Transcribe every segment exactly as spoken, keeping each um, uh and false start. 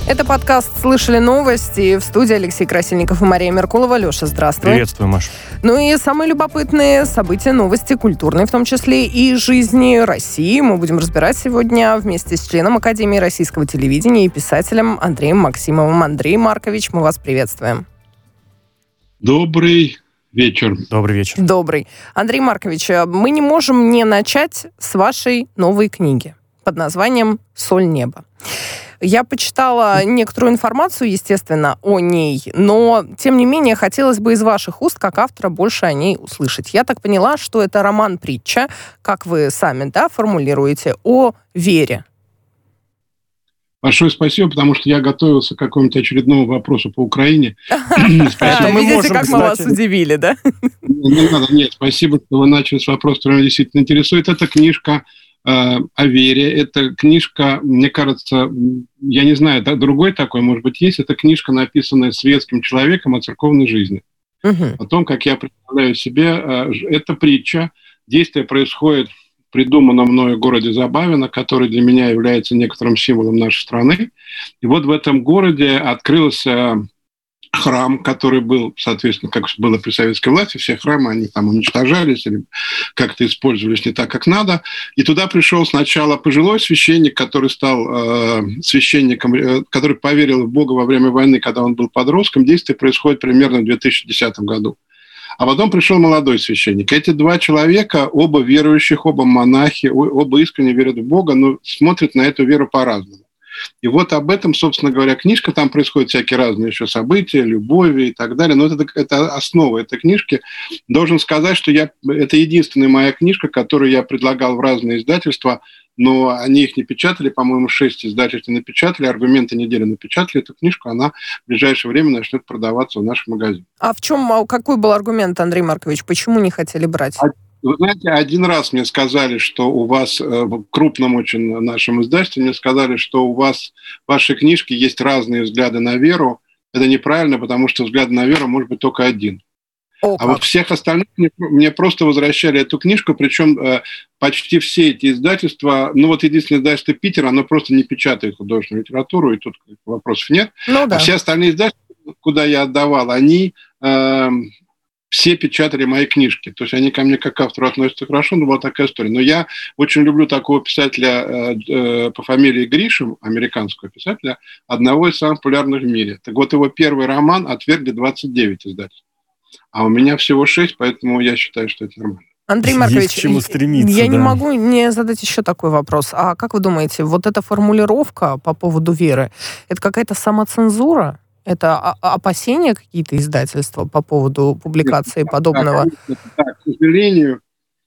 Это подкаст «Слышали новости». В студии Алексей Красильников и Мария Меркулова. Леша, здравствуй. Приветствую, Маша. Ну и самые любопытные события, новости, культурные в том числе, и жизни России мы будем разбирать сегодня вместе с членом Академии российского телевидения и писателем Андреем Максимовым. Андрей Маркович, мы вас приветствуем. Добрый вечер. Добрый вечер. Добрый. Андрей Маркович, мы не можем не начать с вашей новой книги под названием «Соль неба». Я почитала некоторую информацию, естественно, о ней, но, тем не менее, хотелось бы из ваших уст, как автора, больше о ней услышать. Я так поняла, что это роман-притча, как вы сами, да, формулируете, о вере. Большое спасибо, потому что я готовился к какому-нибудь очередному вопросу по Украине. Видите, как мы вас удивили, да? Не надо, нет, спасибо, что вы начали с вопроса, который меня действительно интересует. Это книжка о вере. Это книжка, мне кажется, я не знаю, другой такой, может быть, есть. Это книжка, написанная светским человеком о церковной жизни. Uh-huh. О том, как я представляю себе, это притча. Действие происходит в придуманном мною городе Забавино, который для меня является некоторым символом нашей страны. И вот в этом городе открылся храм, который был, соответственно, как было при советской власти, все храмы, они там уничтожались или как-то использовались не так, как надо. И туда пришел сначала пожилой священник, который стал э, священником, э, который поверил в Бога во время войны, когда он был подростком. Действие происходит примерно в две тысячи десятом году. А потом пришел молодой священник. Эти два человека, оба верующих, оба монахи, оба искренне верят в Бога, но смотрят на эту веру по-разному. И вот об этом, собственно говоря, книжка. Там происходят всякие разные еще события, любови и так далее. Но это, это основа этой книжки. Должен сказать, что я, это единственная моя книжка, которую я предлагал в разные издательства, но они их не печатали. По-моему, шесть издательств напечатали. «Аргументы недели» напечатали эту книжку. Она в ближайшее время начнет продаваться в нашем магазине. А в чем, какой был аргумент, Андрей Маркович? Почему не хотели брать? Вы знаете, один раз мне сказали, что у вас, в крупном очень нашем издательстве, мне сказали, что у вас в вашей книжке есть разные взгляды на веру. Это неправильно, потому что взгляд на веру может быть только один. О, а во всех остальных мне, мне просто возвращали эту книжку, причем э, почти все эти издательства, ну вот единственное издательство Питер, оно просто не печатает художественную литературу, и тут вопросов нет. Ну, да. А все остальные издательства, куда я отдавал, они... Э, все печатали мои книжки. То есть они ко мне как к автору относятся хорошо, но была такая история. Но я очень люблю такого писателя э, э, по фамилии Гришин, американского писателя, одного из самых популярных в мире. Так вот, его первый роман отвергли двадцать девять издательств. А у меня всего шесть, поэтому я считаю, что это нормально. Андрей Маркович, к чему стремиться, я да. не могу не задать еще такой вопрос. А как вы думаете, вот эта формулировка по поводу веры, это какая-то самоцензура? Это опасения какие-то издательства по поводу публикации Нет, подобного? Да, да, к сожалению,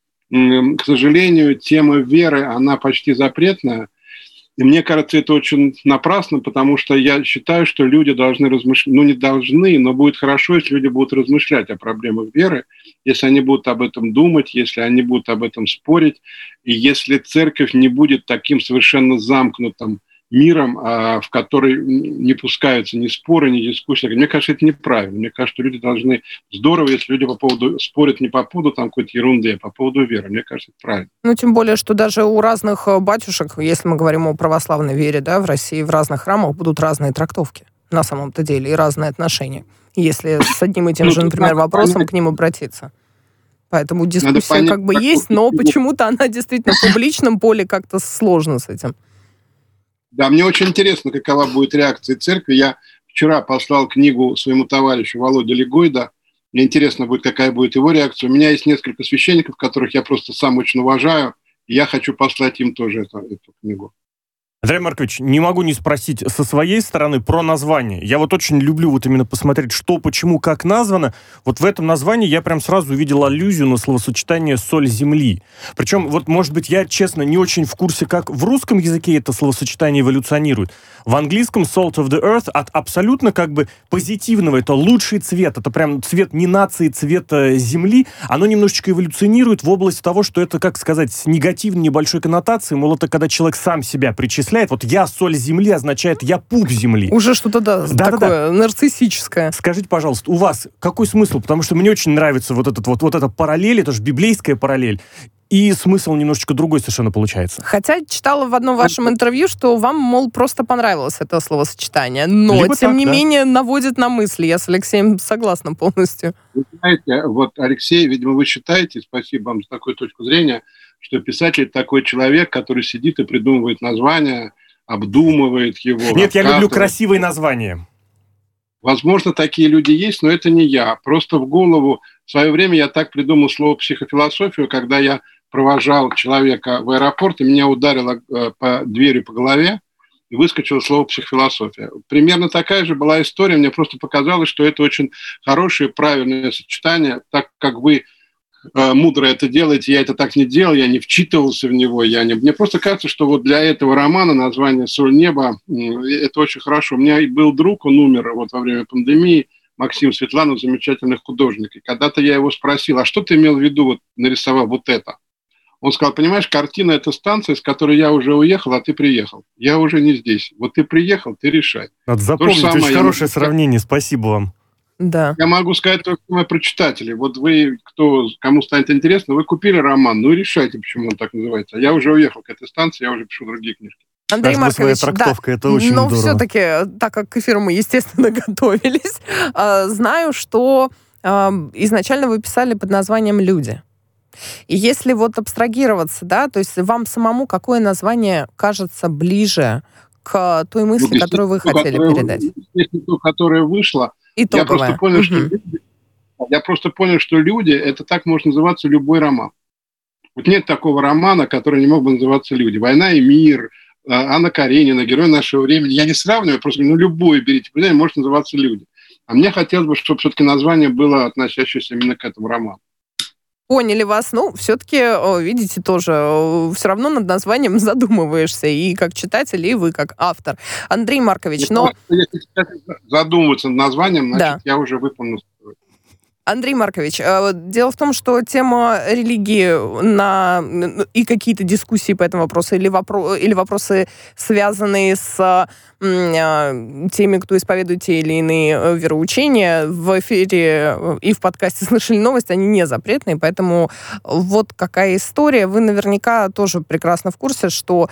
к сожалению, тема веры, она почти запретная. И мне кажется, это очень напрасно, потому что я считаю, что люди должны размышлять, ну не должны, но будет хорошо, если люди будут размышлять о проблемах веры, если они будут об этом думать, если они будут об этом спорить, и если церковь не будет таким совершенно замкнутым миром, в который не пускаются ни споры, ни дискуссии. Мне кажется, это неправильно. Мне кажется, что люди должны... Здорово, если люди по поводу спорят не по поводу там какой-то ерунды, а по поводу веры. Мне кажется, это правильно. Ну, тем более, что даже у разных батюшек, если мы говорим о православной вере, да, в России в разных храмах будут разные трактовки на самом-то деле и разные отношения. Если с одним и тем же, например, вопросом к ним обратиться. Поэтому дискуссия как бы есть, но почему-то она действительно в публичном поле как-то сложно с этим. Да, мне очень интересно, какова будет реакция церкви. Я вчера послал книгу своему товарищу Володе Легойда. Мне интересно будет, какая будет его реакция. У меня есть несколько священников, которых я просто сам очень уважаю, и я хочу послать им тоже эту, эту книгу. Андрей Маркович, не могу не спросить со своей стороны про название. Я вот очень люблю вот именно посмотреть, что, почему, как названо. Вот в этом названии я прям сразу увидел аллюзию на словосочетание «соль земли». Причем, вот, может быть, я, честно, не очень в курсе, как в русском языке это словосочетание эволюционирует. В английском «salt of the earth» от абсолютно как бы позитивного, это лучший цвет, это прям цвет не нации, цвет земли. Оно немножечко эволюционирует в область того, что это, как сказать, с негативной небольшой коннотацией, мол, это когда человек сам себя причисляет. Вот «я соль земли» означает «я пуп земли». Уже что-то, да, да такое да, да. нарциссическое. Скажите, пожалуйста, у вас какой смысл? Потому что мне очень нравится вот, этот, вот, вот эта параллель, это же библейская параллель. и смысл немножечко другой совершенно получается. Хотя читала в одном вашем интервью, что вам, мол, просто понравилось это словосочетание, но, Либо тем так, не да. менее, наводит на мысли. Я с Алексеем согласна полностью. Вы знаете, вот, Алексей, видимо, вы считаете, спасибо вам за такую точку зрения, что писатель – это такой человек, который сидит и придумывает названия, обдумывает его. Нет, я люблю рассказывает. красивые названия. Возможно, такие люди есть, но это не я. Просто в голову в свое время я так придумал слово психофилософию, когда я провожал человека в аэропорт, и меня ударило э, по двери по голове, и выскочило слово психофилософия. Примерно такая же была история. Мне просто показалось, что это очень хорошее, правильное сочетание, так как вы э, мудро это делаете, я это так не делал, я не вчитывался в него. Я не... Мне просто кажется, что вот для этого романа название «Соль неба» – это очень хорошо. У меня был друг, он умер вот во время пандемии, Максим Светланов, замечательный художник. И когда-то я его спросил, а что ты имел в виду, вот нарисовал вот это? Он сказал, понимаешь, картина – это станция, с которой я уже уехал, а ты приехал. Я уже не здесь. Вот ты приехал, ты решай. Надо запомнить, самое очень я хорошее могу... сравнение, спасибо вам. Да. Я могу сказать только про читателей. Вот вы, кто, кому станет интересно, вы купили роман, ну и решайте, почему он так называется. Я уже уехал к этой станции, я уже пишу другие книжки. Андрей Каждая своя Маркович, трактовка, да, это очень но здорово. все-таки, так как к эфиру мы, естественно, готовились, знаю, что изначально вы писали под названием «Люди». И если вот абстрагироваться, да, то есть вам самому какое название кажется ближе к той мысли, Вот, которую вы то, хотели которое, передать? Если то, которое вышло, Итоговое. я просто понял, Угу. что люди, я просто понял, что люди, это так может называться любой роман. Вот нет такого романа, который не мог бы называться «Люди». «Война и мир», Анна Каренина, «Герой нашего времени». Я не сравниваю, просто ну, любой берите, может называться «Люди». А мне хотелось бы, чтобы все-таки название было относящееся именно к этому роману. Поняли вас. Ну, все-таки, видите, тоже все равно над названием задумываешься и как читатель, и вы как автор. Андрей Маркович, но... Если задумываться над названием, значит, Да. я уже выполнил. Андрей Маркович, дело в том, что тема религии на, и какие-то дискуссии по этому вопросу, или, вопро, или вопросы, связанные с теми, кто исповедует те или иные вероучения, в эфире и в подкасте «Слышали новость», они не запретные, поэтому вот какая история. Вы наверняка тоже прекрасно в курсе, что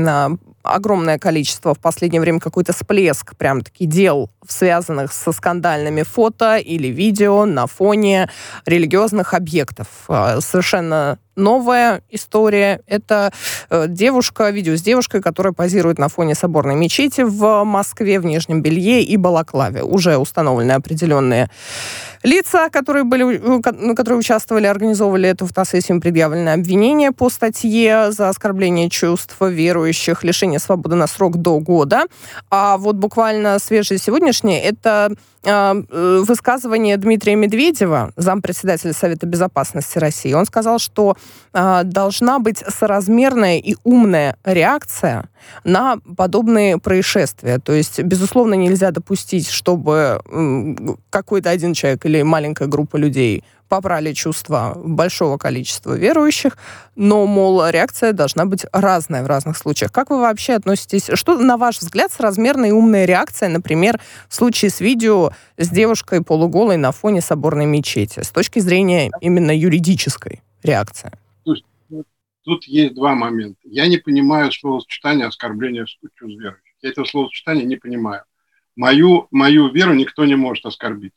огромное количество в последнее время, какой-то всплеск прям-таки дел, связанных со скандальными фото или видео на фоне религиозных объектов. Совершенно новая история. Это девушка, видео с девушкой, которая позирует на фоне соборной мечети в Москве в нижнем белье и балаклаве. Уже установлены определенные лица, которые, были, которые участвовали, организовывали эту фотосессию, предъявлены обвинения по статье за оскорбление чувств верующих, лишение свободы на срок до года. А вот буквально свежее сегодняшнее — это э, высказывание Дмитрия Медведева, зампредседателя Совета безопасности России. Он сказал, что э, должна быть соразмерная и умная реакция на подобные происшествия. То есть, безусловно, нельзя допустить, чтобы э, какой-то один человек или маленькая группа людей попрали чувства большого количества верующих, но, мол, реакция должна быть разная в разных случаях. Как вы вообще относитесь? Что, на ваш взгляд, соразмерная и умная реакция, например, в случае с видео с девушкой полуголой на фоне соборной мечети, с точки зрения именно юридической реакции? Тут есть два момента. Я не понимаю словосочетания оскорбления чувств верующих. Я этого словосочетания не понимаю. Мою, мою веру никто не может оскорбить.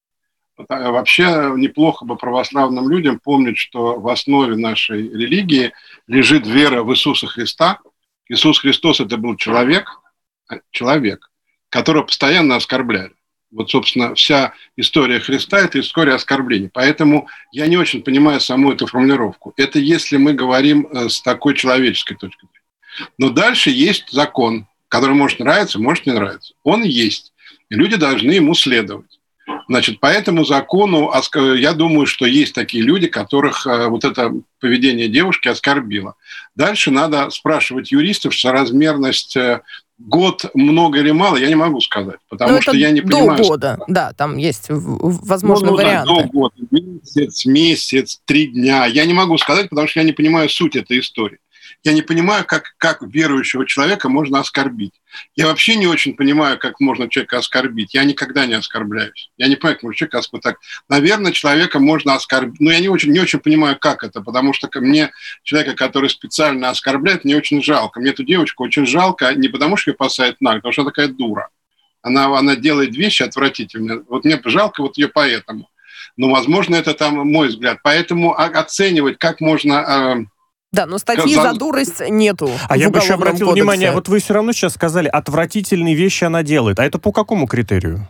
Вообще неплохо бы православным людям помнить, что в основе нашей религии лежит вера в Иисуса Христа. Иисус Христос – это был человек, человек, которого постоянно оскорбляли. Вот, собственно, вся история Христа – это история оскорблений. Поэтому я не очень понимаю саму эту формулировку. Это если мы говорим с такой человеческой точки зрения. Но дальше есть закон, который может нравиться, может не нравиться. Он есть, и люди должны ему следовать. Значит, по этому закону, я думаю, что есть такие люди, которых вот это поведение девушки оскорбило. Дальше надо спрашивать юристов, соразмерность год, много или мало, я не могу сказать, потому Но что это я не до понимаю... До года, что... да, там есть возможные ну, ну, варианты. Да, до года, месяц, месяц, три дня. Я не могу сказать, потому что я не понимаю суть этой истории. Я не понимаю, как, как верующего человека можно оскорбить. Я вообще не очень понимаю, как можно человека оскорбить. Я никогда не оскорбляюсь. Я не понимаю, как можно человека оскорбить. Так, наверное, человека можно оскорбить. Но я не очень, не очень понимаю, как это, потому что мне человека, который специально оскорбляет, мне очень жалко. Мне эту девочку очень жалко не потому, что ее посадят на, потому что она такая дура. Она, она делает вещи отвратительные. Вот мне жалко вот ее поэтому. Но, возможно, это там мой взгляд. Поэтому оценивать, как можно... Да, но статьи за дурость нету. А я бы еще обратил кодексе. внимание, вот вы все равно сейчас сказали, отвратительные вещи она делает. А это по какому критерию?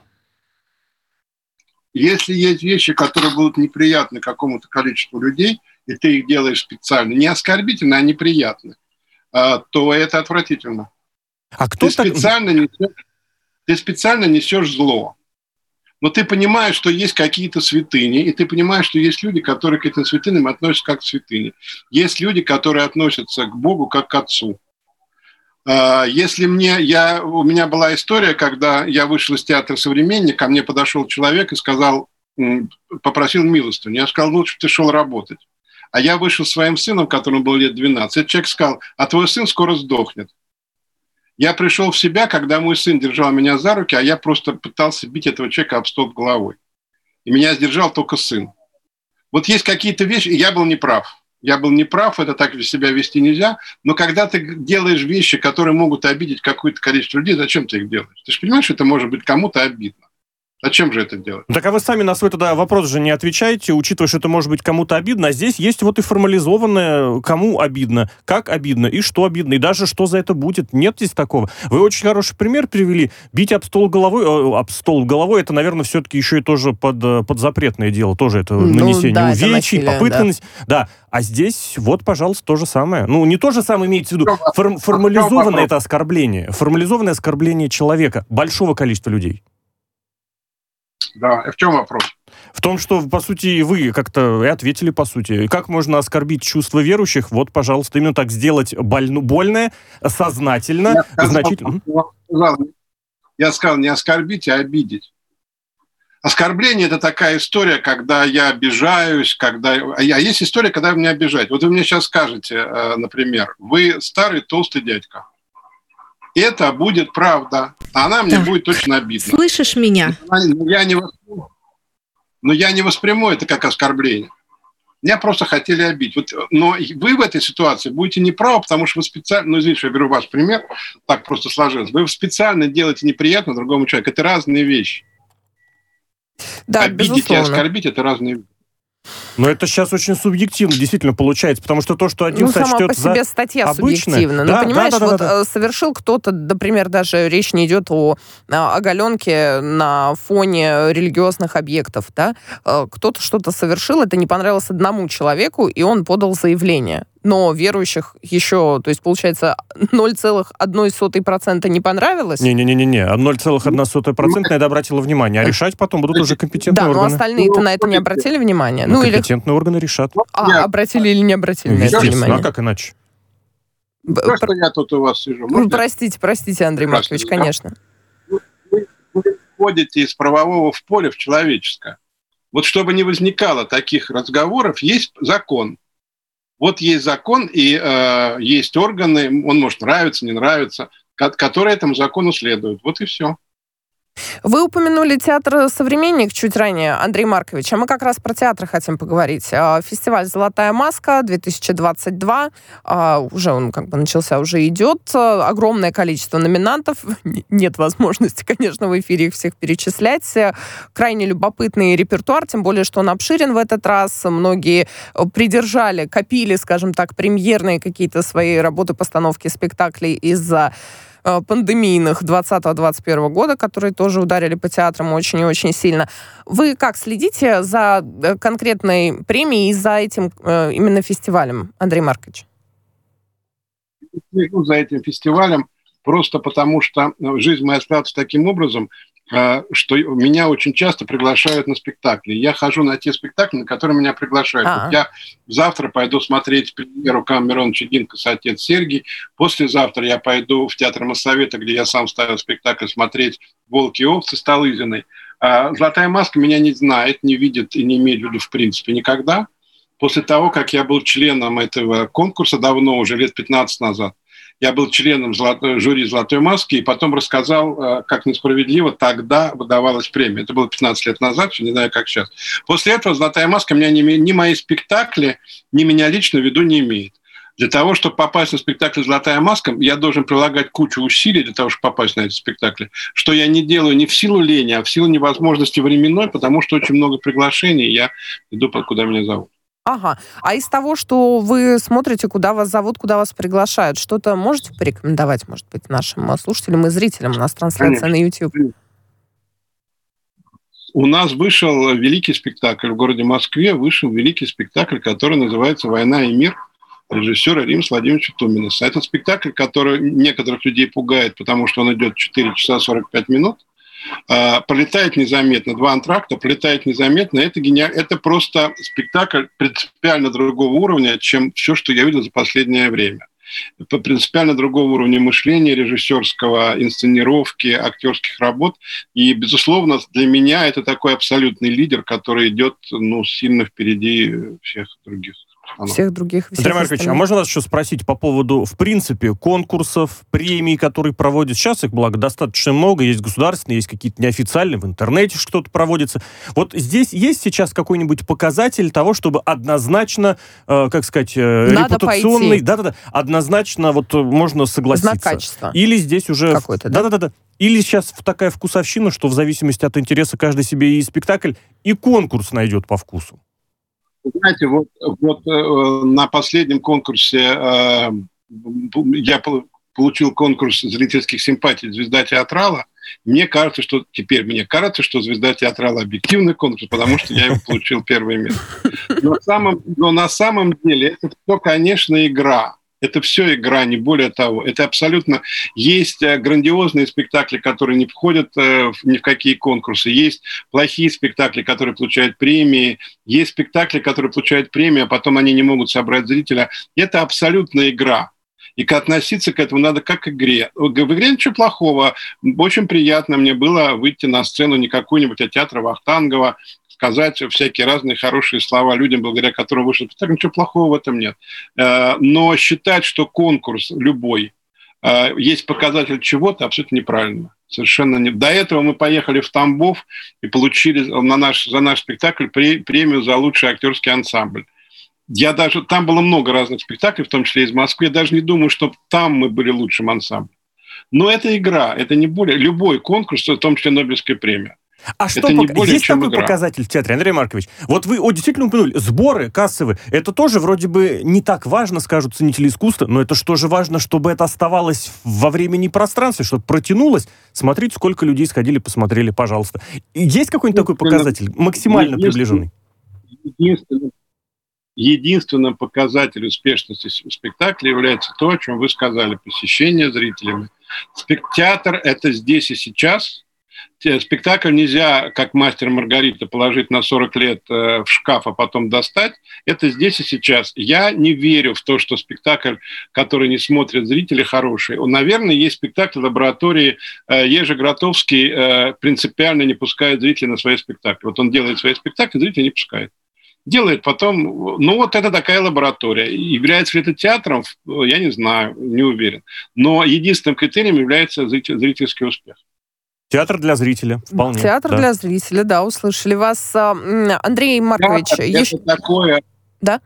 Если есть вещи, которые будут неприятны какому-то количеству людей, и ты их делаешь специально, не оскорбительно, а неприятно, то это отвратительно. А кто ты, так... специально несешь, ты специально несешь зло. Но ты понимаешь, что есть какие-то святыни, и ты понимаешь, что есть люди, которые к этим святыням относятся как к святыне. Есть люди, которые относятся к Богу как к Отцу. Если мне... Я, у меня была история, когда я вышел из театра «Современник», ко мне подошел человек и сказал, попросил милостыню. Я сказал, лучше бы ты шел работать. А я вышел с своим сыном, которому было лет двенадцать. Этот человек сказал, а твой сын скоро сдохнет. Я пришел в себя, когда мой сын держал меня за руки, а я просто пытался бить этого человека об стол головой. И меня сдержал только сын. Вот есть какие-то вещи, и я был неправ. Я был неправ, это так себя вести нельзя. Но когда ты делаешь вещи, которые могут обидеть какое-то количество людей, зачем ты их делаешь? Ты же понимаешь, что это может быть кому-то обидно. Зачем же это делать? Так а вы сами на свой тогда вопрос же не отвечаете, учитывая, что это может быть кому-то обидно, а здесь есть вот и формализованное, кому обидно, как обидно и что обидно, и даже что за это будет. Нет здесь такого. Вы очень хороший пример привели. Бить об стол головой, э, об стол головой, это, наверное, все-таки еще и тоже под, под запретное дело, тоже это ну, нанесение да, увечий, это попытка... Да. да. А здесь вот, пожалуйста, то же самое. Ну, не то же самое имеется в виду. Фор- формализованное это оскорбление. Формализованное оскорбление человека, большого количества людей. Да, в чем вопрос? В том, что, по сути, вы как-то и ответили, по сути. Как можно оскорбить чувства верующих? Вот, пожалуйста, именно так сделать больно, больное, сознательно, я значительно. Сказал, я сказал, не оскорбить, а обидеть. Оскорбление – это такая история, когда я обижаюсь, когда... А есть история, когда вы меня обижаете. Вот вы мне сейчас скажете, например, вы старый толстый дядька. Это будет правда. Она мне да. будет точно обидна. Слышишь меня? Но я, не восприму, но я не восприму это как оскорбление. Меня просто хотели обидеть. Вот, но вы в этой ситуации будете неправы, потому что вы специально... Ну, извините, что я беру ваш пример. Так просто сложилось. Вы специально делаете неприятно другому человеку. Это разные вещи. Да, обидеть безусловно. и оскорбить – это разные вещи. Но это сейчас очень субъективно действительно получается, потому что то, что один ну, сочтет сама по себе за статья обычное, субъективна. да, ну, понимаешь, да, да, вот да, да. совершил кто-то, например, даже речь не идет о, о оголенке на фоне религиозных объектов, да? Кто-то что-то совершил, это не понравилось одному человеку, и он подал заявление. Но верующих еще, то есть, получается, ноль целых одна сотая процента не понравилось? Не-не-не-не, ноль целых одна сотая процента на это обратило внимание, а решать потом будут уже компетентные да, органы. Да, но остальные-то на это не обратили внимания? Ну, ну компетентные или... органы решат. А, обратили или не обратили ну, на это внимание? А как иначе? То, что я тут у вас сижу. Ну, простите, простите, Андрей Маркович, конечно. Вы, вы входите из правового в поле в человеческое. Вот чтобы не возникало таких разговоров, есть закон. Вот есть закон, и э, есть органы, он может нравиться, не нравиться, которые этому закону следуют. Вот и все. Вы упомянули театр «Современник» чуть ранее, Андрей Маркович, а мы как раз про театр хотим поговорить. Фестиваль «Золотая маска» две тысячи двадцать два, уже он как бы начался, уже идет. Огромное количество номинантов. Нет возможности, конечно, в эфире их всех перечислять. Крайне любопытный репертуар, тем более, что он обширен в этот раз. Многие придержали, копили, скажем так, премьерные какие-то свои работы, постановки спектаклей из-за пандемийных двадцатого-двадцать первого года, которые тоже ударили по театрам очень и очень сильно. Вы как следите за конкретной премией и за этим именно фестивалем, Андрей Маркович? Слежу за этим фестивалем просто потому, что жизнь моя складывается таким образом, что меня очень часто приглашают на спектакли. Я хожу на те спектакли, на которые меня приглашают. Вот я завтра пойду смотреть премьеру Камероновича Гинкаса «Отец Сергий». Послезавтра я пойду в театр Моссовета, где я сам ставил спектакль, смотреть «Волки и овцы» Столызиной. «Золотая маска» меня не знает, не видит и не имеет в виду в принципе никогда. После того, как я был членом этого конкурса давно, уже лет пятнадцать назад, я был членом золотой, жюри «Золотой маски» и потом рассказал, как несправедливо тогда выдавалась премия. Это было пятнадцать лет назад, не знаю, как сейчас. После этого «Золотая маска» меня не, ни мои спектакли, ни меня лично в виду не имеет. Для того, чтобы попасть на спектакль «Золотая маска», я должен прилагать кучу усилий для того, чтобы попасть на эти спектакли, что я не делаю не в силу лени, а в силу невозможности временной, потому что очень много приглашений, и я иду, куда меня зовут. Ага. А из того, что вы смотрите, куда вас зовут, куда вас приглашают, что-то можете порекомендовать, может быть, нашим слушателям и зрителям? У нас трансляция Конечно. На YouTube. У нас вышел великий спектакль в городе Москве, вышел великий спектакль, который называется «Война и мир» режиссера Римса Владимировича Туминаса. Это спектакль, который некоторых людей пугает, потому что он идет четыре часа сорок пять минут. Пролетает незаметно, два антракта, пролетает незаметно. Это, гениаль... это просто спектакль принципиально другого уровня, чем все, что я видел за последнее время. Это принципиально другого уровня мышления, режиссерского, инсценировки, актерских работ. И, безусловно, для меня это такой абсолютный лидер, который идет ну, сильно впереди всех других. Всех других. Всех Андрей Маркович, а можно вас еще спросить по поводу, в принципе, конкурсов, премий, которые проводят? Сейчас их, благо, достаточно много. Есть государственные, есть какие-то неофициальные, в интернете что-то проводится. Вот здесь есть сейчас какой-нибудь показатель того, чтобы однозначно, э, как сказать, э, репутационный... Да-да-да, однозначно вот можно согласиться. Знак качества. Или здесь уже... Какой-то, да? Да-да-да. Или сейчас такая вкусовщина, что в зависимости от интереса каждый себе и спектакль, и конкурс найдет по вкусу. Знаете, вот, вот э, на последнем конкурсе э, я получил конкурс зрительских симпатий «Звезда театрала». Мне кажется, что теперь мне кажется, что «Звезда театрала» объективный конкурс, потому что я его получил первое место. Но, самом, но на самом деле это все, конечно, игра. Это все игра, не более того. Это абсолютно... Есть грандиозные спектакли, которые не входят ни в какие конкурсы. Есть плохие спектакли, которые получают премии. Есть спектакли, которые получают премии, а потом они не могут собрать зрителя. Это абсолютно игра. И относиться к этому надо как к игре. В игре ничего плохого. Очень приятно мне было выйти на сцену не какую-нибудь, а театра Вахтангова, сказать всякие разные хорошие слова людям, благодаря которым вышел спектакль. Ничего плохого в этом нет. Но считать, что конкурс любой есть показатель чего-то, абсолютно неправильно. Совершенно не. До этого мы поехали в Тамбов и получили на наш, за наш спектакль премию за лучший актерский ансамбль. Я даже, там было много разных спектаклей, в том числе из Москвы. Я даже не думаю, что там мы были лучшим ансамблем. Но это игра, это не более... Любой конкурс, в том числе Нобелевская премия. А что пок... более, есть такой игра. Показатель в театре, Андрей Маркович? Вот вы о, действительно упомянули, сборы кассовые, это тоже вроде бы не так важно, скажут ценители искусства, но это что же важно, чтобы это оставалось во времени и пространстве, чтобы протянулось. Смотрите, сколько людей сходили, посмотрели, пожалуйста. Есть какой-нибудь такой показатель, максимально приближенный? Единственный, единственным показателем успешности спектакля является то, о чем вы сказали, посещение зрителями. Театр – это здесь и сейчас. Спектакль нельзя, как «Мастер и Маргарита», положить на сорок лет в шкаф, а потом достать. Это здесь и сейчас. Я не верю в то, что спектакль, который не смотрят зрители, хороший. Наверное, есть спектакль в лаборатории. Ежи Гротовский принципиально не пускает зрителей на свои спектакли. Вот он делает свои спектакли, зрители не пускают. Делает потом... Ну, вот это такая лаборатория. Является ли это театром? Я не знаю, не уверен. Но единственным критерием является зрительский успех. Театр для зрителя, вполне. Театр да. для зрителя, да, услышали вас. Андрей Маркович... Театр еще... это такое... Да?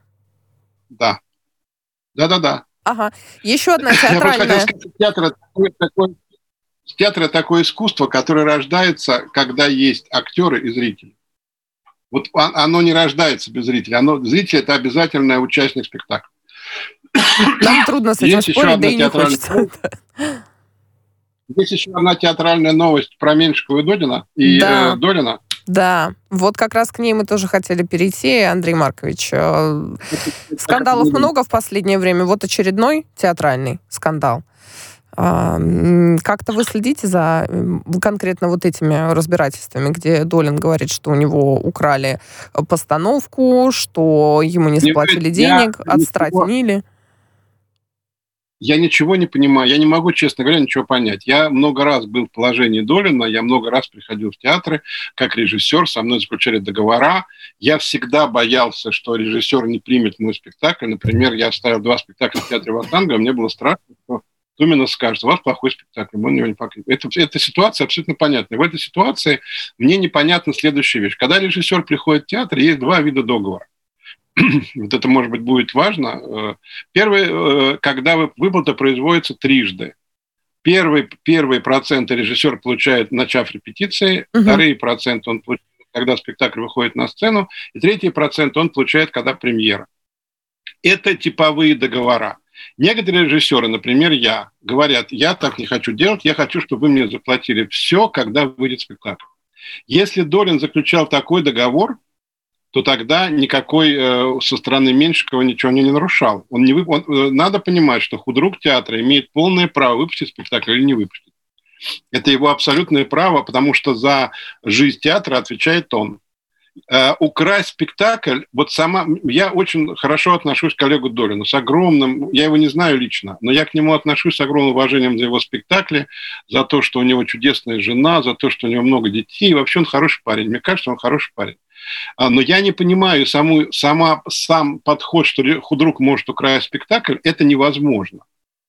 Да. Да-да-да. Ага. Еще одна театральная... Я просто хотел сказать, театр это такое, такое... театр это такое искусство, которое рождается, когда есть актеры и зрители. Вот оно не рождается без зрителя. Оно... Зритель – это обязательный участник спектакля. Нам трудно с этим спорить, да и не хочется. Здесь еще одна театральная новость про Меньшикова и Додина. И да. э, Долина. Да, вот как раз к ней мы тоже хотели перейти, Андрей Маркович. Скандалов много в последнее время. Вот очередной театральный скандал. Как-то вы следите за конкретно вот этими разбирательствами, где Долин говорит, что у него украли постановку, что ему не заплатили денег, отстранили? Я ничего не понимаю, я не могу, честно говоря, ничего понять. Я много раз был в положении Долина, я много раз приходил в театры как режиссер, со мной заключали договора. Я всегда боялся, что режиссер не примет мой спектакль. Например, я ставил два спектакля в театре Вахтанга, мне было страшно, что именно скажет, у вас плохой спектакль, мы его не покажем. Это, эта ситуация абсолютно понятна. В этой ситуации мне непонятна следующая вещь. Когда режиссер приходит в театр, есть два вида договора. Вот это, может быть, будет важно. Первый, когда выплата производится трижды. Первый, первые проценты режиссер получает, начав репетиции, uh-huh. вторые проценты он получает, когда спектакль выходит на сцену, и третий процент он получает, когда премьера. Это типовые договора. Некоторые режиссеры, например, я, говорят, я так не хочу делать, я хочу, чтобы вы мне заплатили все, когда выйдет спектакль. Если Долин заключал такой договор, то тогда никакой э, со стороны Меньшикова ничего не, не нарушал. Он не вып... он, э, надо понимать, что худрук театра имеет полное право выпустить спектакль или не выпустить. Это его абсолютное право, потому что за жизнь театра отвечает он. Э, украсть спектакль, вот сама... Я очень хорошо отношусь к Олегу Долину, с огромным... Я его не знаю лично, но я к нему отношусь с огромным уважением за его спектакли, за то, что у него чудесная жена, за то, что у него много детей. И вообще он хороший парень. Мне кажется, он хороший парень. Но я не понимаю саму, сама, сам подход, что худрук может украсть спектакль, это невозможно.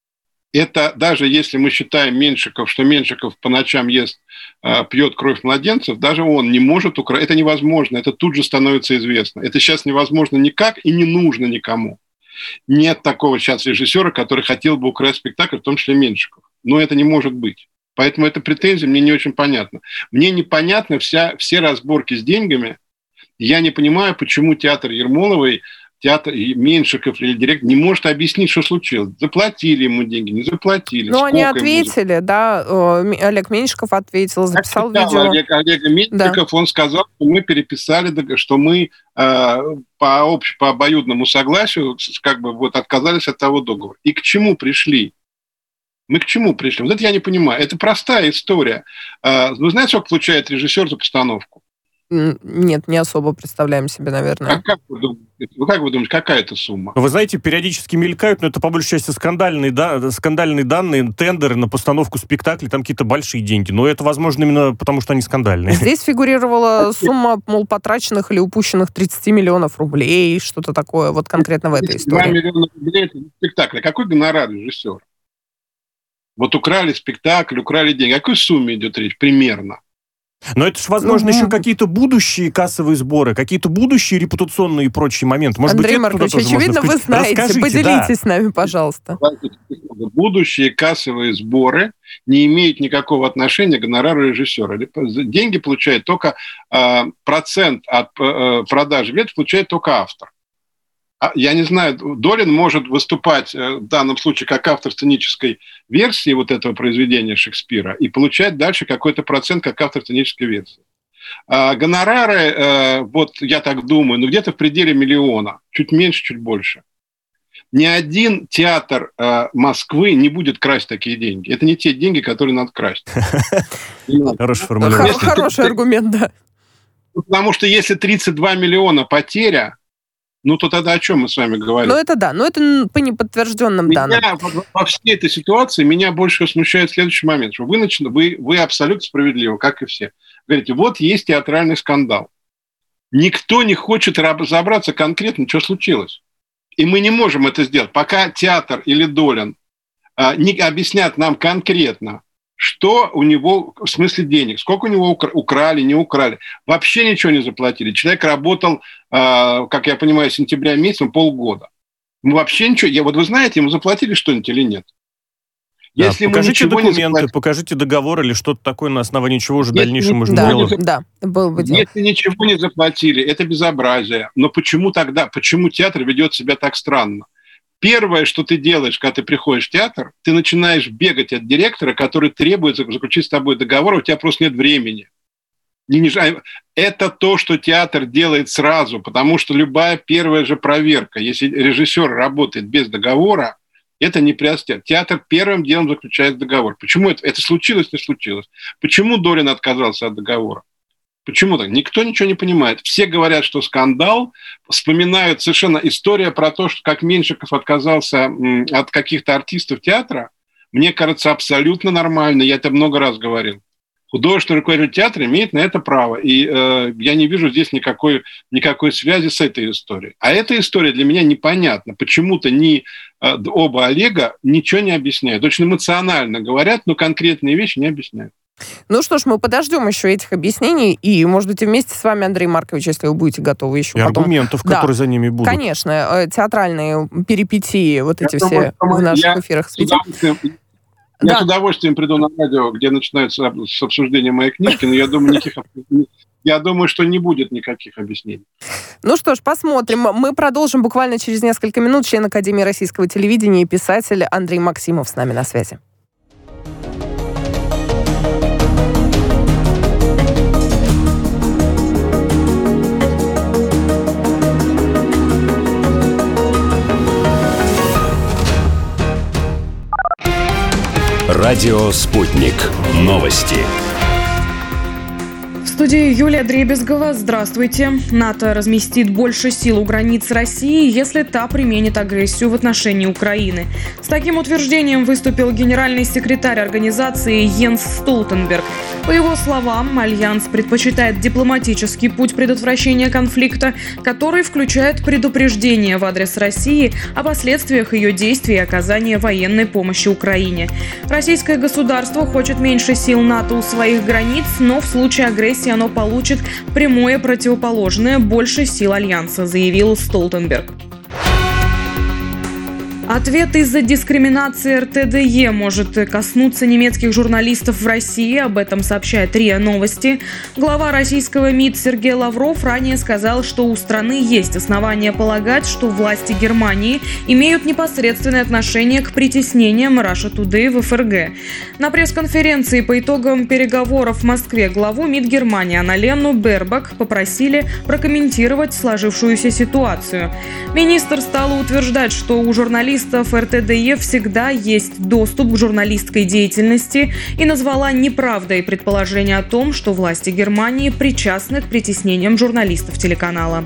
Это даже если мы считаем Меньшиков, что Меньшиков по ночам ест, пьет кровь младенцев, даже он не может украсть. Это невозможно, это тут же становится известно. Это сейчас невозможно никак и не нужно никому. Нет такого сейчас режиссера, который хотел бы украсть спектакль, в том числе Меньшиков. Но это не может быть. Поэтому эта претензия мне не очень понятна. Мне непонятно вся, все разборки с деньгами. Я не понимаю, почему театр Ермоловой, театр Меньшиков или директор не может объяснить, что случилось. Заплатили ему деньги, не заплатили. Ну, они ответили, ему... да. Олег Меньшиков ответил, записал я видео. Олег, Олег Меньшиков, да. Он сказал, что мы переписали, что мы э, по, общ, по обоюдному согласию как бы вот отказались от того договора. И к чему пришли? Мы к чему пришли? Вот это я не понимаю. Это простая история. Э, вы знаете, сколько получает режиссер за постановку? Нет, не особо представляем себе, наверное. А как вы думаете, как вы думаете, какая это сумма? Вы знаете, периодически мелькают, но это по большей части скандальные, да, скандальные данные, тендеры на постановку спектаклей, там какие-то большие деньги. Но это, возможно, именно потому, что они скандальные. Здесь фигурировала сумма, мол, потраченных или упущенных тридцать миллионов рублей, что-то такое, вот конкретно в этой истории. два миллиона рублей – это спектакль. Какой гонорар режиссера? Вот украли спектакль, украли деньги. О какой сумме идет речь примерно? Но это же, возможно, ну, еще какие-то будущие кассовые сборы, какие-то будущие репутационные и прочие моменты. Может Андрей быть, Маркович, очевидно, вы знаете. Расскажите, поделитесь да. с нами, пожалуйста. Будущие кассовые сборы не имеют никакого отношения к гонорару режиссера. Деньги получает только э, процент от э, продажи билетов получает только автор. Я не знаю, Долин может выступать в данном случае как автор сценической версии вот этого произведения Шекспира и получать дальше какой-то процент как автор сценической версии. А гонорары, вот я так думаю, ну где-то в пределе миллиона, чуть меньше, чуть больше. Ни один театр Москвы не будет красть такие деньги. Это не те деньги, которые надо красть. Хорошая формулировка. Хороший аргумент, да. Потому что если тридцать два миллиона потеря, ну, то тогда о чем мы с вами говорим? Ну, это да, но это по неподтвержденным меня, данным. Во, во всей этой ситуации меня больше смущает следующий момент, что вы, начали, вы, вы абсолютно справедливы, как и все. Говорите, вот есть театральный скандал. Никто не хочет разобраться конкретно, что случилось. И мы не можем это сделать. Пока театр или Долин а, не объяснят нам конкретно, что у него, в смысле денег, сколько у него украли, не украли. Вообще ничего не заплатили. Человек работал, как я понимаю, с сентября месяца полгода. Мы вообще ничего... Я, вот вы знаете, ему заплатили что-нибудь или нет? Да, Если покажите документы, заплатили... покажите договор или что-то такое, на основании чего уже дальнейшее можно да, делать. Да, было бы дело. Если ничего не заплатили, это безобразие. Но почему тогда, почему театр ведет себя так странно? Первое, что ты делаешь, когда ты приходишь в театр, ты начинаешь бегать от директора, который требует заключить с тобой договор, у тебя просто нет времени. Это то, что театр делает сразу, потому что любая первая же проверка, если режиссер работает без договора, это не приоритет. Театр первым делом заключает договор. Почему это? Это случилось, не случилось. Почему Долин отказался от договора? Почему так? Никто ничего не понимает. Все говорят, что скандал, вспоминают совершенно история про то, что как Меньшиков отказался от каких-то артистов театра. Мне кажется, абсолютно нормально. Я это много раз говорил. Художественный руководитель театра имеет на это право. И э, я не вижу здесь никакой, никакой связи с этой историей. А эта история для меня непонятна. Почему-то ни, э, оба Олега ничего не объясняют. Очень эмоционально говорят, но конкретные вещи не объясняют. Ну что ж, мы подождем еще этих объяснений, и, может быть, вместе с вами, Андрей Маркович, если вы будете готовы еще и потом... аргументов, да, которые за ними будут. Конечно, театральные перипетии, вот я эти думаю, все в наших я эфирах светим. Я да. с удовольствием приду на радио, где начинается с обсуждения моей книжки, но я думаю, никаких, я думаю, что не будет никаких объяснений. Ну что ж, посмотрим. Мы продолжим буквально через несколько минут. Член Академии российского телевидения и писатель Андрей Максимов с нами на связи. Радио «Спутник». Новости. В студии Юлия Дребезгова. Здравствуйте. НАТО разместит больше сил у границ России, если та применит агрессию в отношении Украины. С таким утверждением выступил генеральный секретарь организации Йенс Столтенберг. По его словам, Альянс предпочитает дипломатический путь предотвращения конфликта, который включает предупреждение в адрес России о последствиях ее действий и оказания военной помощи Украине. Российское государство хочет меньше сил НАТО у своих границ, но в случае агрессии оно получит прямое противоположное – больше сил Альянса, заявил Столтенберг. Ответ из-за дискриминации эр тэ дэ е может коснуться немецких журналистов в России. Об этом сообщает РИА Новости. Глава российского МИД Сергей Лавров ранее сказал, что у страны есть основания полагать, что власти Германии имеют непосредственное отношение к притеснениям Russia Today в эф эр гэ. На пресс-конференции по итогам переговоров в Москве главу МИД Германии Анналену Бербак попросили прокомментировать сложившуюся ситуацию. Министр стала утверждать, что у журналистов эр тэ дэ е всегда есть доступ к журналистской деятельности и назвала неправдой предположение о том, что власти Германии причастны к притеснениям журналистов телеканала.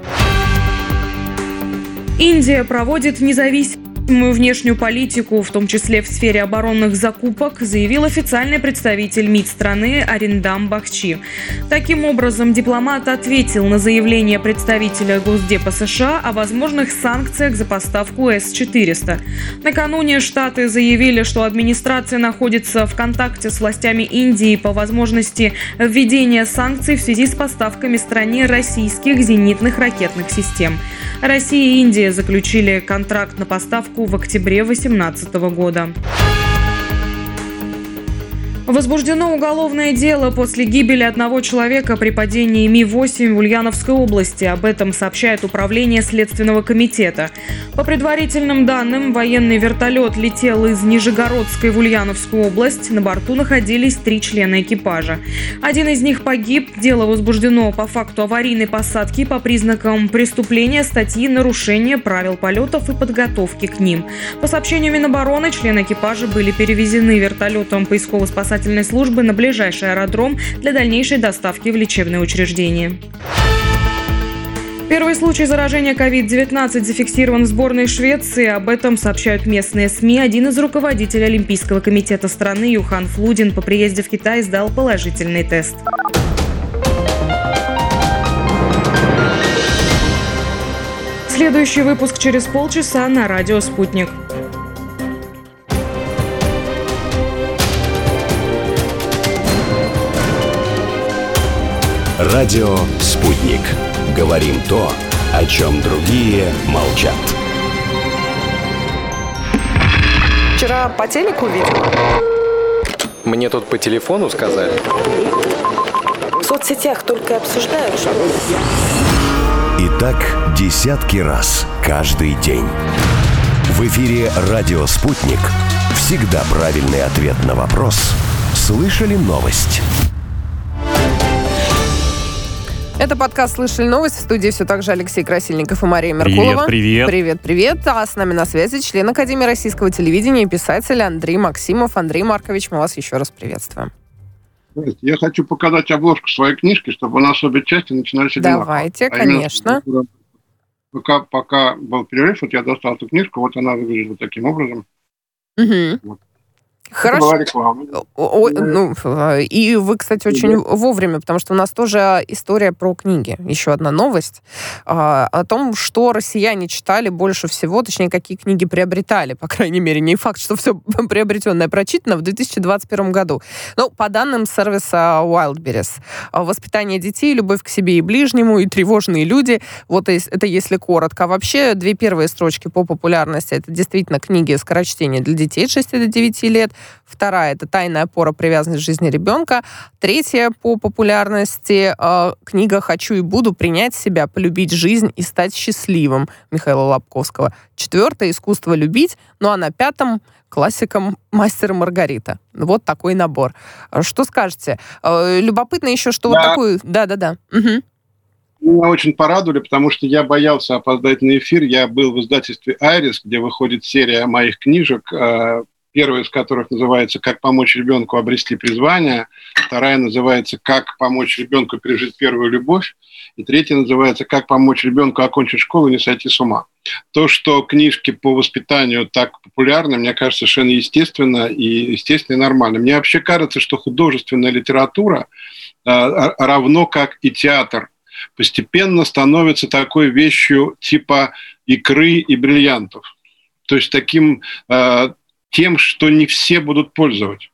Индия проводит независимую внешнюю политику, в том числе в сфере оборонных закупок, заявил официальный представитель МИД страны Ариндам Бахчи. Таким образом, дипломат ответил на заявление представителя Госдепа США о возможных санкциях за поставку эс четыреста. Накануне Штаты заявили, что администрация находится в контакте с властями Индии по возможности введения санкций в связи с поставками стране российских зенитных ракетных систем. Россия и Индия заключили контракт на поставку в октябре две тысячи восемнадцатого года. Возбуждено уголовное дело после гибели одного человека при падении Ми восемь в Ульяновской области. Об этом сообщает Управление Следственного комитета. По предварительным данным, военный вертолет летел из Нижегородской в Ульяновскую область. На борту находились три члена экипажа. Один из них погиб. Дело возбуждено по факту аварийной посадки по признакам преступления статьи «Нарушение правил полетов и подготовки к ним». По сообщению Минобороны, члены экипажа были перевезены вертолетом поисково-спасательной службы на ближайший аэродром для дальнейшей доставки в лечебное учреждение. Первый случай заражения ковид девятнадцать зафиксирован в сборной Швеции. Об этом сообщают местные СМИ. Один из руководителей Олимпийского комитета страны Юхан Флудин по приезде в Китай сдал положительный тест. Следующий выпуск через полчаса на радио «Спутник». Радио «Спутник». Говорим то, о чем другие молчат. Вчера по телеку видела. Мне тут по телефону сказали. В соцсетях только обсуждают, что... И так десятки раз каждый день. В эфире «Радио Спутник». Всегда правильный ответ на вопрос. Слышали новость? Это подкаст «Слышали новость». В студии все так же Алексей Красильников и Мария Меркулова. Привет, привет. Привет, привет. А с нами на связи член Академии российского телевидения и писатель Андрей Максимов. Андрей Маркович, мы вас еще раз приветствуем. Я хочу показать обложку своей книжки, чтобы у нас обе части начинались одинаково. Давайте, конечно. Пока, пока был перерыв, вот я достал эту книжку, вот она выглядит вот таким образом. Угу. Вот. Хорошо. О, ну, и вы, кстати, очень вовремя, потому что у нас тоже история про книги. Еще одна новость а, о том, что россияне читали больше всего, точнее, какие книги приобретали, по крайней мере. Не факт, что все приобретенное прочитано в две тысячи двадцать первом году. Ну, по данным сервиса Wildberries, воспитание детей, любовь к себе и ближнему, и тревожные люди. Вот это если коротко. А вообще, две первые строчки по популярности — это действительно книги скорочтения для детей от шести до девяти лет. Вторая — это «Тайная опора привязанности жизни ребенка». Третья по популярности э, книга «Хочу и буду принять себя, полюбить жизнь и стать счастливым» Михаила Лобковского. Четвертая — «Искусство любить». Ну а на пятом классиком «Мастер и Маргарита». Вот такой набор. Что скажете? Э, любопытно еще, что да. вот такую... Да-да-да. Угу. Меня очень порадовали, потому что я боялся опоздать на эфир. Я был в издательстве «Айрис», где выходит серия моих книжек, э, первая из которых называется «Как помочь ребенку обрести призвание», вторая называется «Как помочь ребенку пережить первую любовь», и третья называется «Как помочь ребенку окончить школу и не сойти с ума». То, что книжки по воспитанию так популярны, мне кажется, совершенно естественно и естественно и нормально. Мне вообще кажется, что художественная литература, равно как и театр, постепенно становится такой вещью типа икры и бриллиантов. То есть таким... тем, что не все будут пользовать.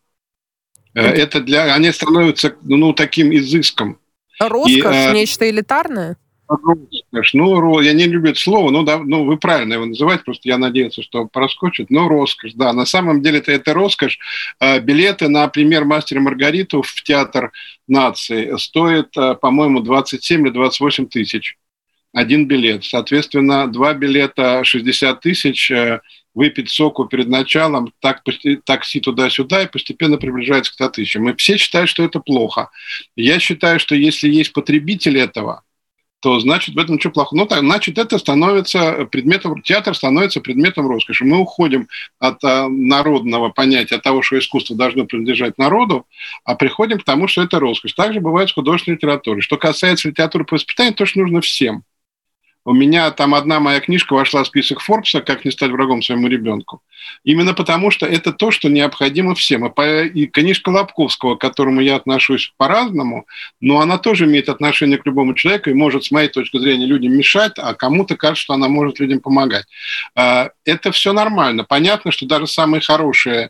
Это для... Они становятся, ну, таким изыском. Роскошь, и, нечто элитарное? Роскошь. Ну, я не люблю это слово, но да, ну, вы правильно его называете, просто я надеялся, что проскочит. Но роскошь, да. На самом деле это, это роскошь. Билеты на премьер «Мастера и Маргариту» в Театр нации стоят, по-моему, двадцать семь или двадцать восемь тысяч. Один билет. Соответственно, два билета шестьдесят тысяч, выпить соку перед началом, так, такси туда-сюда, и постепенно приближается к ста тысячам. И все считают, что это плохо. Я считаю, что если есть потребитель этого, то значит в этом ничего плохого. Ну, так, значит, это становится предметом, театр становится предметом роскоши. Мы уходим от а, народного понятия, от того, что искусство должно принадлежать народу, а приходим к тому, что это роскошь. Также бывает с художественной литературой. Что касается литературы по воспитанию, то, что нужно всем. У меня там одна моя книжка вошла в список Форбса «Как не стать врагом своему ребенку». Именно потому, что это то, что необходимо всем. И книжка Лобковского, к которому я отношусь по-разному, но она тоже имеет отношение к любому человеку и может, с моей точки зрения, людям мешать, а кому-то кажется, что она может людям помогать. Это все нормально. Понятно, что даже самые хорошие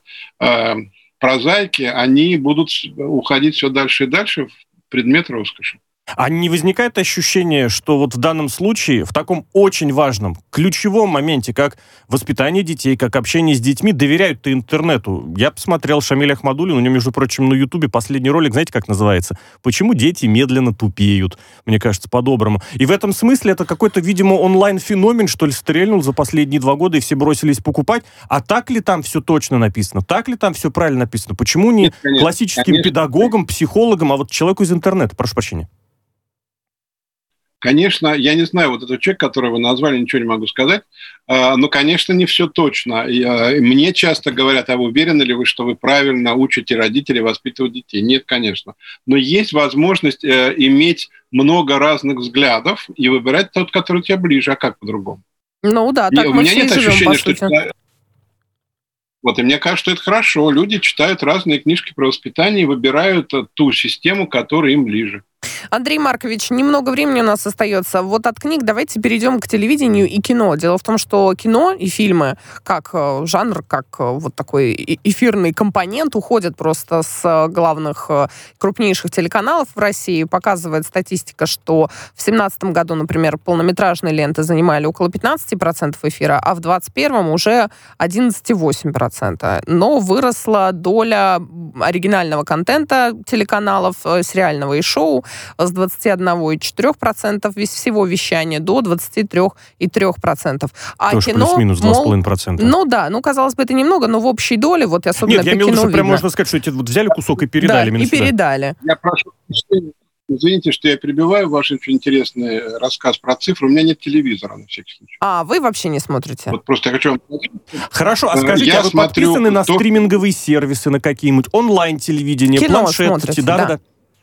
прозаики, они будут уходить все дальше и дальше в предмет роскоши. А не возникает ощущение, что вот в данном случае, в таком очень важном, ключевом моменте, как воспитание детей, как общение с детьми, доверяют-то интернету? Я посмотрел Шамиль Ахмадуллин, у него, между прочим, на Ютубе последний ролик, знаете, как называется? «Почему дети медленно тупеют», мне кажется, по-доброму. И в этом смысле это какой-то, видимо, онлайн-феномен, что ли, стрельнул за последние два года, и все бросились покупать. А так ли там все точно написано? Так ли там все правильно написано? Почему не Нет, конечно, классическим конечно. педагогам, психологам, а вот человеку из интернета? Прошу прощения. Конечно, я не знаю, вот этот человек, которого вы назвали, ничего не могу сказать, но, конечно, не все точно. Мне часто говорят, а вы уверены ли вы, что вы правильно учите родителей воспитывать детей? Нет, конечно. Но есть возможность иметь много разных взглядов и выбирать тот, который тебе ближе, а как по-другому? Ну да, так и мы у меня все нет живем, ощущения, по что... сути. Вот, и мне кажется, что это хорошо. Люди читают разные книжки про воспитание и выбирают ту систему, которая им ближе. Андрей Маркович, немного времени у нас остается. Вот от книг давайте перейдем к телевидению и кино. Дело в том, что кино и фильмы, как жанр, как вот такой эфирный компонент, уходят просто с главных крупнейших телеканалов в России. Показывает статистика, что в семнадцатом году, например, полнометражные ленты занимали около пятнадцать процентов эфира, а в двадцать первом уже одиннадцать целых восемь десятых процента. Но выросла доля оригинального контента телеканалов, сериального и шоу с двадцать один целых четыре десятых процента всего вещания до двадцать три целых три десятых процента. А тоже кино, плюс-минус два целых пять десятых процента. Ну да, ну казалось бы, это немного, но в общей доле, вот особенно Нет, по я имел в кино виду, что прям видно. можно сказать, что эти вот взяли кусок и передали. Да, и сюда. передали. Я прошу прощения. Извините, что я перебиваю ваш очень интересный рассказ про цифры. У меня нет телевизора, на всякий случай. А, вы вообще не смотрите? Вот просто я хочу... Хорошо, а скажите, я а вы смотрю подписаны на то... стриминговые сервисы, на какие-нибудь онлайн-телевидение, Кино планшет? смотрите, да, да. да.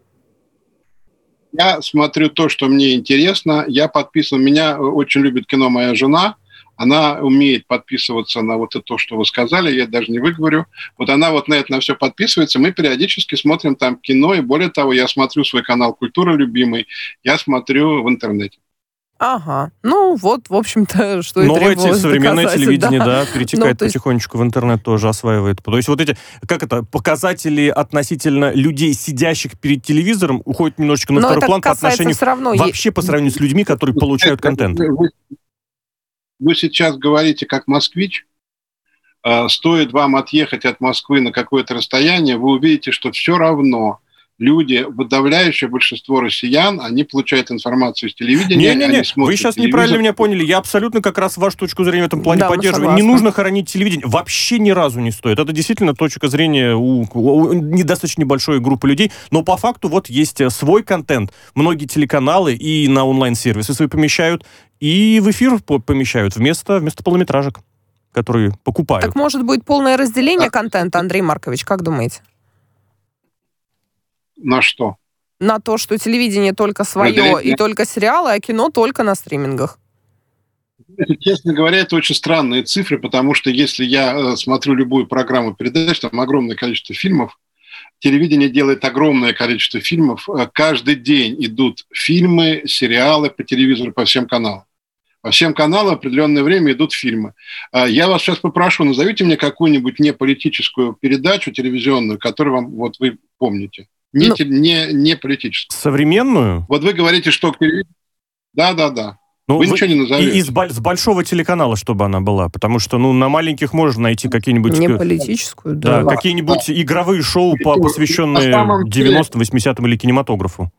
Я смотрю то, что мне интересно. Я подписан... Меня очень любит кино моя жена. Она умеет подписываться на вот это, то, что вы сказали, я даже не выговорю. Вот она вот на это на все подписывается. Мы периодически смотрим там кино, и более того, я смотрю свой канал «Культура любимый», я смотрю в интернете. Ага. Ну, вот, в общем-то, что и Новое требовалось современное доказать, телевидение, да, да, перетекает ну, есть... потихонечку в интернет, тоже осваивает. То есть вот эти, как это, показатели относительно людей, сидящих перед телевизором, уходят немножечко на Но второй это план по отношению все равно... вообще по сравнению с людьми, которые получают контент. Вы, вы сейчас говорите как москвич. Стоит вам отъехать от Москвы на какое-то расстояние, вы увидите, что все равно люди, подавляющее большинство россиян, они получают информацию из телевидения. Не-не-не, вы сейчас неправильно меня поняли. Я абсолютно как раз вашу точку зрения в этом плане да, поддерживаю. Не нужно хоронить телевидение. Вообще ни разу не стоит. Это действительно точка зрения у, у недостаточно небольшой группы людей. Но по факту вот есть свой контент. Многие телеканалы и на онлайн-сервисы свои помещают, и в эфир помещают вместо, вместо полнометражек, которые покупают. Так может быть полное разделение а... контента, Андрей Маркович, как думаете? На что? На то, что телевидение только свое и только сериалы, а кино только на стримингах. Честно говоря, это очень странные цифры, потому что если я смотрю любую программу передач, там огромное количество фильмов, телевидение делает огромное количество фильмов, каждый день идут фильмы, сериалы по телевизору, по всем каналам. По всем каналам в определенное время идут фильмы. Я вас сейчас попрошу, назовите мне какую-нибудь неполитическую передачу телевизионную, которую вам вот вы помните. Не, ну, не, не политическую. Современную? Вот вы говорите, что... Да-да-да. Ну, вы, вы ничего не назовете. И из с большого телеканала, чтобы она была. Потому что ну, на маленьких можно найти какие-нибудь... Не политическую, да. Да, какие-нибудь да. игровые шоу, посвященные девяностым, восьмидесятым или кинематографу.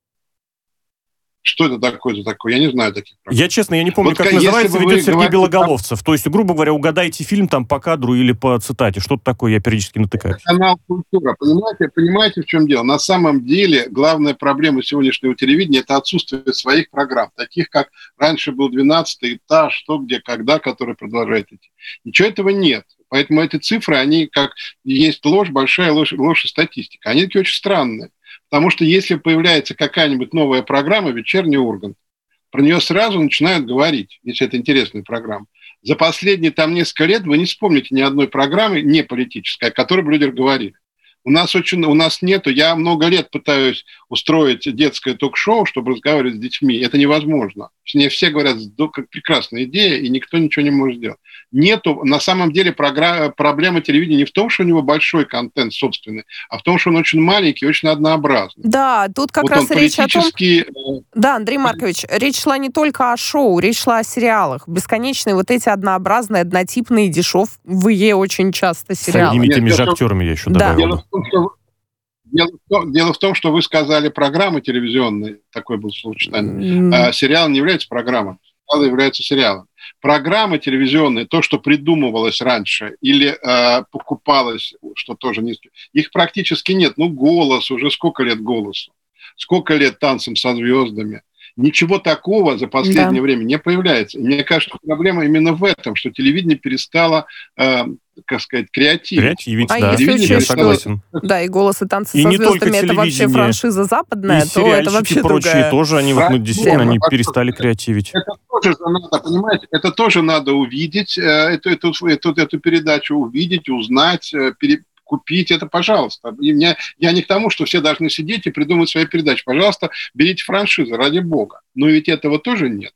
Что это такое за такое? Я не знаю таких программ. Я, честно, я не помню, вот, как называется, ведет Сергей говорите, Белоголовцев. То есть, грубо говоря, угадайте фильм там по кадру или по цитате. Что-то такое я периодически натыкаюсь. Канал «Культура». Понимаете, понимаете, в чем дело? На самом деле, главная проблема сегодняшнего телевидения – это отсутствие своих программ, таких как раньше был двенадцатый этаж, что, где, когда, который продолжает идти. Ничего этого нет. Поэтому эти цифры, они как есть ложь, большая ложь, ложь и статистика. Они такие очень странные. Потому что если появляется какая-нибудь новая программа, «Вечерний Ургант», про нее сразу начинают говорить, если это интересная программа. За последние там несколько лет вы не вспомните ни одной программы, не политической, о которой бы люди говорили. У нас, очень, у нас нету, я много лет пытаюсь устроить детское ток-шоу, чтобы разговаривать с детьми. Это невозможно. Мне все говорят, как прекрасная идея, и никто ничего не может сделать. Нету, на самом деле программа, проблема телевидения не в том, что у него большой контент собственный, а в том, что он очень маленький, очень однообразный. Да, тут как вот раз речь о том... политически... Да, Андрей Маркович, речь шла не только о шоу, речь шла о сериалах. Бесконечные вот эти однообразные, однотипные, дешевые очень часто сериалы. С одними же актерами я еще да. добавил. Дело, дело, в том, дело в том, что вы сказали программы телевизионные, такой был сочетание. Mm. А сериал не является программой, сериал является сериалом. Программы телевизионные, то, что придумывалось раньше или э, покупалось, что тоже не... Их практически нет. Ну, «Голос», уже сколько лет «Голосу», сколько лет «Танцам со звездами». Ничего такого за последнее да. время не появляется. И мне кажется, проблема именно в этом, что телевидение перестало, э, как сказать, креативить. Креативить, а да. если учесть, я согласен. Что, да, и «Голос», и «Танцы и со звездами» — это вообще франшиза западная, и то это вообще прочие другая. тоже, они вот, ну, действительно, они перестали креативить. Это тоже надо, понимаете, это тоже надо увидеть, эту, эту, эту, эту передачу увидеть, узнать, пере купить это, пожалуйста. И меня, я не к тому, что все должны сидеть и придумать свои передачи. Пожалуйста, берите франшизу, ради бога. Но ведь этого тоже нет.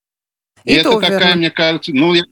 И, и это такая, верно. Мне кажется... Ну, я,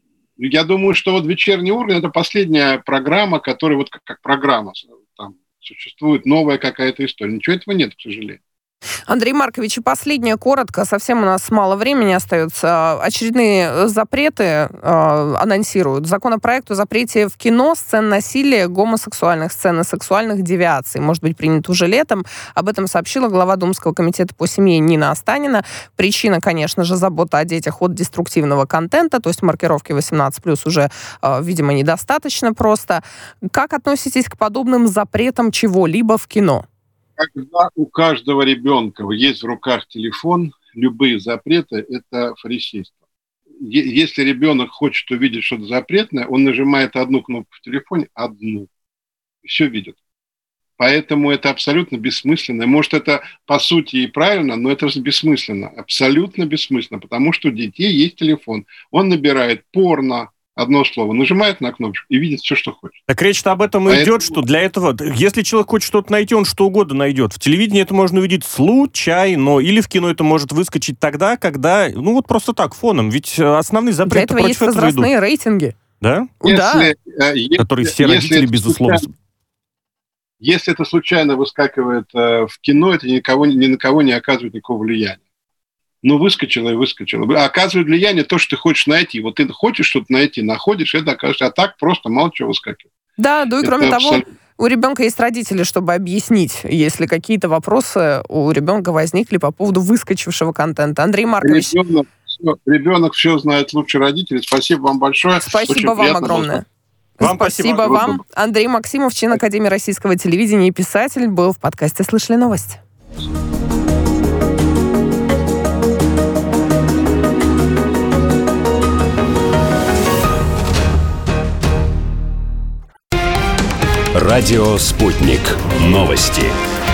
я думаю, что вот «Вечерний Ургант» — это последняя программа, которая вот как, как программа. Там существует новая какая-то история. Ничего этого нет, к сожалению. Андрей Маркович, и последнее, коротко, совсем у нас мало времени остается. Очередные запреты э, анонсируют. Законопроект о запрете в кино сцен насилия, гомосексуальных сцен и сексуальных девиаций. Может быть, принят уже летом. Об этом сообщила глава Думского комитета по семье Нина Останина. Причина, конечно же, забота о детях от деструктивного контента, то есть маркировки восемнадцать плюс уже, э, видимо, недостаточно просто. Как относитесь к подобным запретам чего-либо в кино? Когда у каждого ребенка есть в руках телефон, любые запреты – это фарисейство. Если ребенок хочет увидеть что-то запретное, он нажимает одну кнопку в телефоне, одну, и все видит. Поэтому это абсолютно бессмысленно. Может, это по сути и правильно, но это бессмысленно. Абсолютно бессмысленно, потому что у детей есть телефон. Он набирает порно, одно слово, нажимает на кнопочку и видит все, что хочет. Так речь-то об этом и Поэтому... идет, что для этого, если человек хочет что-то найти, он что угодно найдет. В телевидении это можно увидеть случайно, или в кино это может выскочить тогда, когда, ну вот просто так, фоном. Ведь основные запреты против этого идут. Для этого есть возрастные рейтинги. Да? Если, да. Если, Которые все родители, безусловно... Случайно, если это случайно выскакивает э, в кино, это никого, ни на кого не оказывает никакого влияния. Ну, выскочило и выскочило. А оказывает влияние то, что ты хочешь найти. Вот ты хочешь что-то найти, находишь, это окажется. А так просто мало чего выскакивает. Да, ну и кроме это того, абсолютно... у ребенка есть родители, чтобы объяснить, если какие-то вопросы у ребенка возникли по поводу выскочившего контента. Андрей Маркович. Ребенок все, ребенок все знает лучше родителей. Спасибо вам большое. Спасибо Очень вам огромное. Вам спасибо, спасибо вам. Андрей Максимов, член Академии российского телевидения и писатель, был в подкасте «Слышали новости». Радио «Спутник». Новости.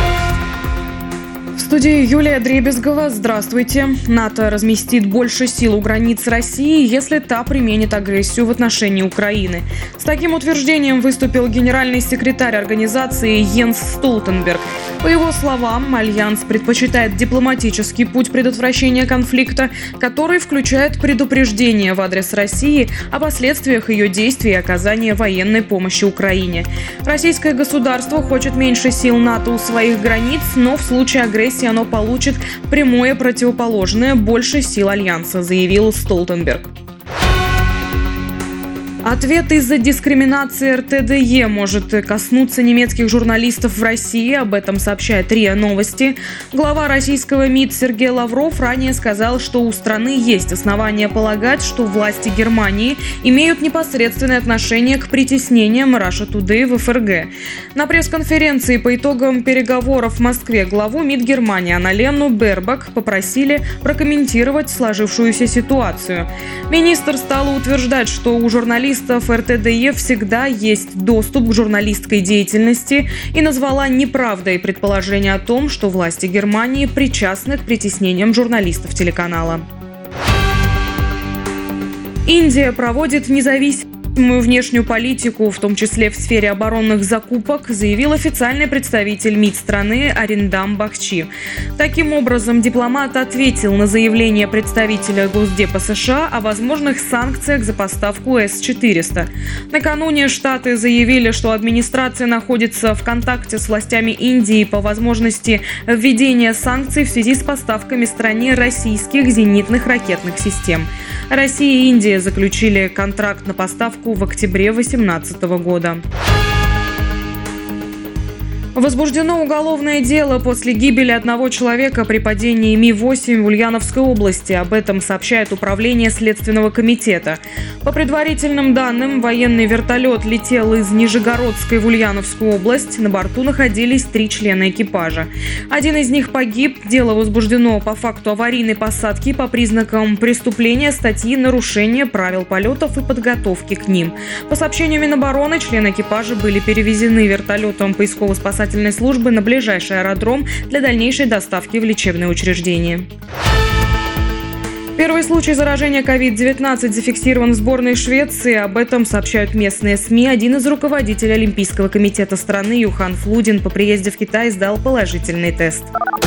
В студии Юлия Дребезгова. Здравствуйте. НАТО разместит больше сил у границ России, если та применит агрессию в отношении Украины. С таким утверждением выступил генеральный секретарь организации Йенс Столтенберг. По его словам, Альянс предпочитает дипломатический путь предотвращения конфликта, который включает предупреждение в адрес России о последствиях ее действий и оказания военной помощи Украине. Российское государство хочет меньше сил НАТО у своих границ, но в случае агрессии оно получит прямое противоположное – больше сил Альянса, заявил Столтенберг. Ответ из-за дискриминации эр тэ дэ е может коснуться немецких журналистов в России. Об этом сообщает РИА Новости. Глава российского МИД Сергей Лавров ранее сказал, что у страны есть основания полагать, что власти Германии имеют непосредственное отношение к притеснениям Russia Today в эф эр гэ. На пресс-конференции по итогам переговоров в Москве главу МИД Германии Анналену Бербак попросили прокомментировать сложившуюся ситуацию. Министр стала утверждать, что у журналистов эр тэ дэ е всегда есть доступ к журналистской деятельности и назвала неправдой предположение о том, что власти Германии причастны к притеснениям журналистов телеканала. Индия проводит независимую внешнюю политику, в том числе в сфере оборонных закупок, заявил официальный представитель МИД страны Ариндам Бахчи. Таким образом, дипломат ответил на заявление представителя Госдепа США о возможных санкциях за поставку эс четыреста. Накануне Штаты заявили, что администрация находится в контакте с властями Индии по возможности введения санкций в связи с поставками стране российских зенитных ракетных систем. Россия и Индия заключили контракт на поставку в октябре две тысячи восемнадцатого года. Возбуждено уголовное дело после гибели одного человека при падении Ми восемь в Ульяновской области. Об этом сообщает Управление Следственного комитета. По предварительным данным, военный вертолет летел из Нижегородской в Ульяновскую область. На борту находились три члена экипажа. Один из них погиб. Дело возбуждено по факту аварийной посадки по признакам преступления статьи «Нарушение правил полетов и подготовки к ним». По сообщению Минобороны, члены экипажа были перевезены вертолетом поисково-спасательной службы на ближайший аэродром для дальнейшей доставки в лечебное учреждение. Первый случай заражения ковид девятнадцать зафиксирован в сборной Швеции. Об этом сообщают местные СМИ. Один из руководителей Олимпийского комитета страны Юхан Флудин по приезде в Китай сдал положительный тест.